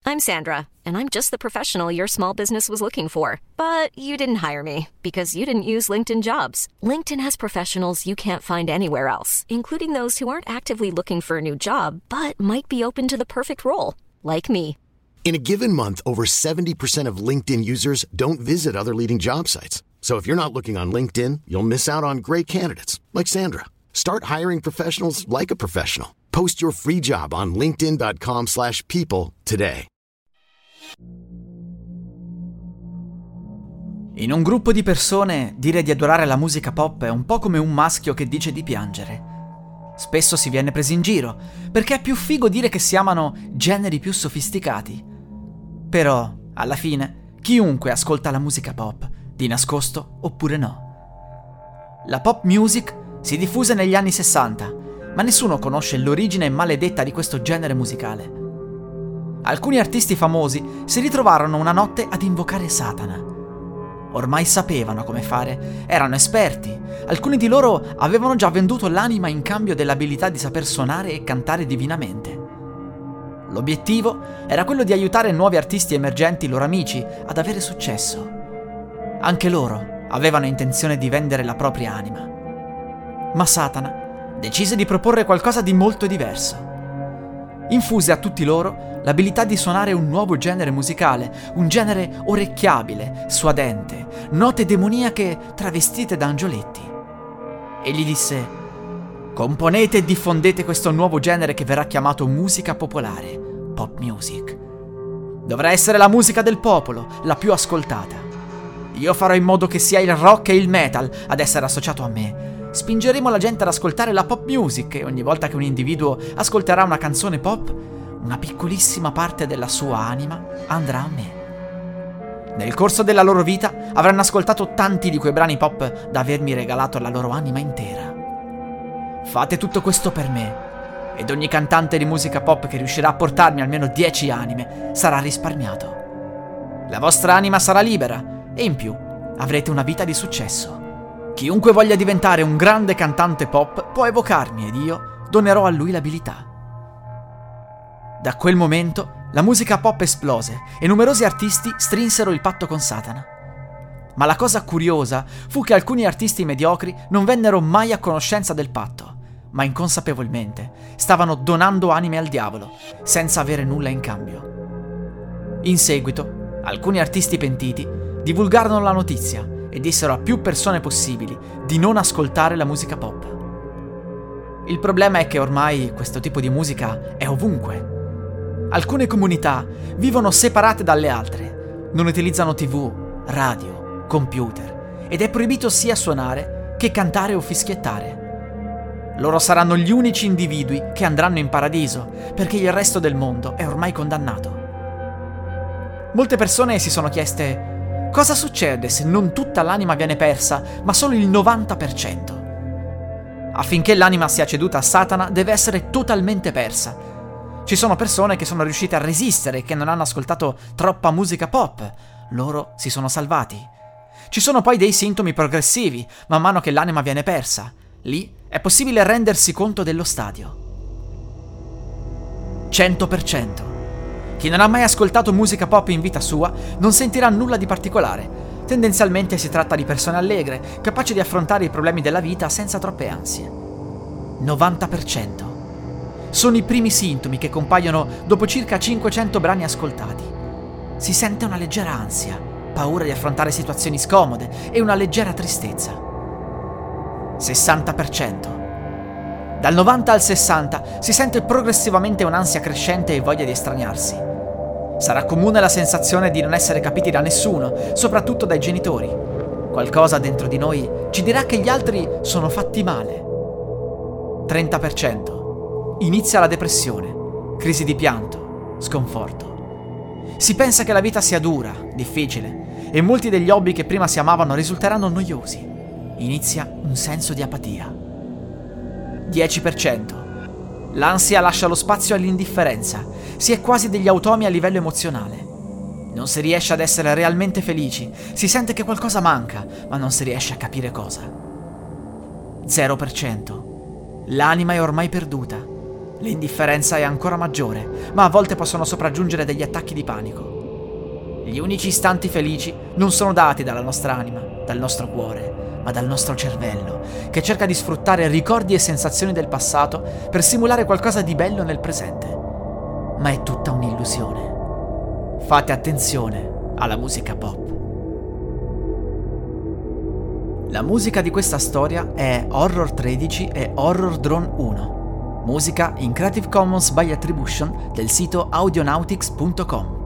I'm Sandra, and I'm just the professional your small business was looking for. But you didn't hire me because you didn't use LinkedIn Jobs. LinkedIn has professionals you can't find anywhere else, including those who aren't actively looking for a new job, but might be open to the perfect role, like me. In a given month, over 70% of LinkedIn users don't visit other leading job sites. So if you're not looking on LinkedIn, you'll miss out on great candidates like Sandra. Start hiring professionals like a professional. Post your free job on linkedin.com/people today. In un gruppo di persone, dire di adorare la musica pop è un po' come un maschio che dice di piangere. Spesso si viene presi in giro, perché è più figo dire che si amano generi più sofisticati. Però, alla fine, chiunque ascolta la musica pop, di nascosto oppure no. La pop music si diffuse negli anni 60, ma nessuno conosce l'origine maledetta di questo genere musicale. Alcuni artisti famosi si ritrovarono una notte ad invocare Satana. Ormai sapevano come fare, erano esperti, alcuni di loro avevano già venduto l'anima in cambio dell'abilità di saper suonare e cantare divinamente. L'obiettivo era quello di aiutare nuovi artisti emergenti loro amici ad avere successo. Anche loro avevano intenzione di vendere la propria anima. Ma Satana decise di proporre qualcosa di molto diverso. Infuse a tutti loro l'abilità di suonare un nuovo genere musicale, un genere orecchiabile, suadente, note demoniache travestite da angioletti. E gli disse: componete e diffondete questo nuovo genere che verrà chiamato musica popolare, pop music. Dovrà essere la musica del popolo, la più ascoltata. Io farò in modo che sia il rock e il metal ad essere associato a me. Spingeremo la gente ad ascoltare la pop music e ogni volta che un individuo ascolterà una canzone pop, una piccolissima parte della sua anima andrà a me. Nel corso della loro vita avranno ascoltato tanti di quei brani pop da avermi regalato la loro anima intera. Fate tutto questo per me, ed ogni cantante di musica pop che riuscirà a portarmi almeno 10 anime sarà risparmiato. La vostra anima sarà libera e in più avrete una vita di successo. Chiunque voglia diventare un grande cantante pop può evocarmi ed io donerò a lui l'abilità. Da quel momento la musica pop esplose e numerosi artisti strinsero il patto con Satana. Ma la cosa curiosa fu che alcuni artisti mediocri non vennero mai a conoscenza del patto, ma inconsapevolmente stavano donando anime al diavolo, senza avere nulla in cambio. In seguito, alcuni artisti pentiti divulgarono la notizia e dissero a più persone possibili di non ascoltare la musica pop. Il problema è che ormai questo tipo di musica è ovunque. Alcune comunità vivono separate dalle altre, non utilizzano TV, radio, computer ed è proibito sia suonare che cantare o fischiettare. Loro saranno gli unici individui che andranno in paradiso perché il resto del mondo è ormai condannato. Molte persone si sono chieste: cosa succede se non tutta l'anima viene persa, ma solo il 90%? Affinché l'anima sia ceduta a Satana, deve essere totalmente persa. Ci sono persone che sono riuscite a resistere e che non hanno ascoltato troppa musica pop. Loro si sono salvati. Ci sono poi dei sintomi progressivi, man mano che l'anima viene persa. Lì è possibile rendersi conto dello stadio. 100%. Chi non ha mai ascoltato musica pop in vita sua non sentirà nulla di particolare. Tendenzialmente si tratta di persone allegre, capaci di affrontare i problemi della vita senza troppe ansie. 90%. Sono i primi sintomi che compaiono dopo circa 500 brani ascoltati. Si sente una leggera ansia, paura di affrontare situazioni scomode e una leggera tristezza. 60%. Dal 90 al 60 si sente progressivamente un'ansia crescente e voglia di estraniarsi. Sarà comune la sensazione di non essere capiti da nessuno, soprattutto dai genitori. Qualcosa dentro di noi ci dirà che gli altri sono fatti male. 30%. Inizia la depressione, crisi di pianto, sconforto. Si pensa che la vita sia dura, difficile, e molti degli hobby che prima si amavano risulteranno noiosi. Inizia un senso di apatia. 10%. L'ansia lascia lo spazio all'indifferenza, si è quasi degli automi a livello emozionale. Non si riesce ad essere realmente felici, si sente che qualcosa manca, ma non si riesce a capire cosa. 0%. L'anima è ormai perduta. l'indifferenza è ancora maggiore, ma a volte possono sopraggiungere degli attacchi di panico. Gli unici istanti felici non sono dati dalla nostra anima, dal nostro cuore, ma dal nostro cervello, che cerca di sfruttare ricordi e sensazioni del passato per simulare qualcosa di bello nel presente. Ma è tutta un'illusione. Fate attenzione alla musica pop. La musica di questa storia è Horror 13 e Horror Drone 1. Musica in Creative Commons by Attribution del sito audionautics.com.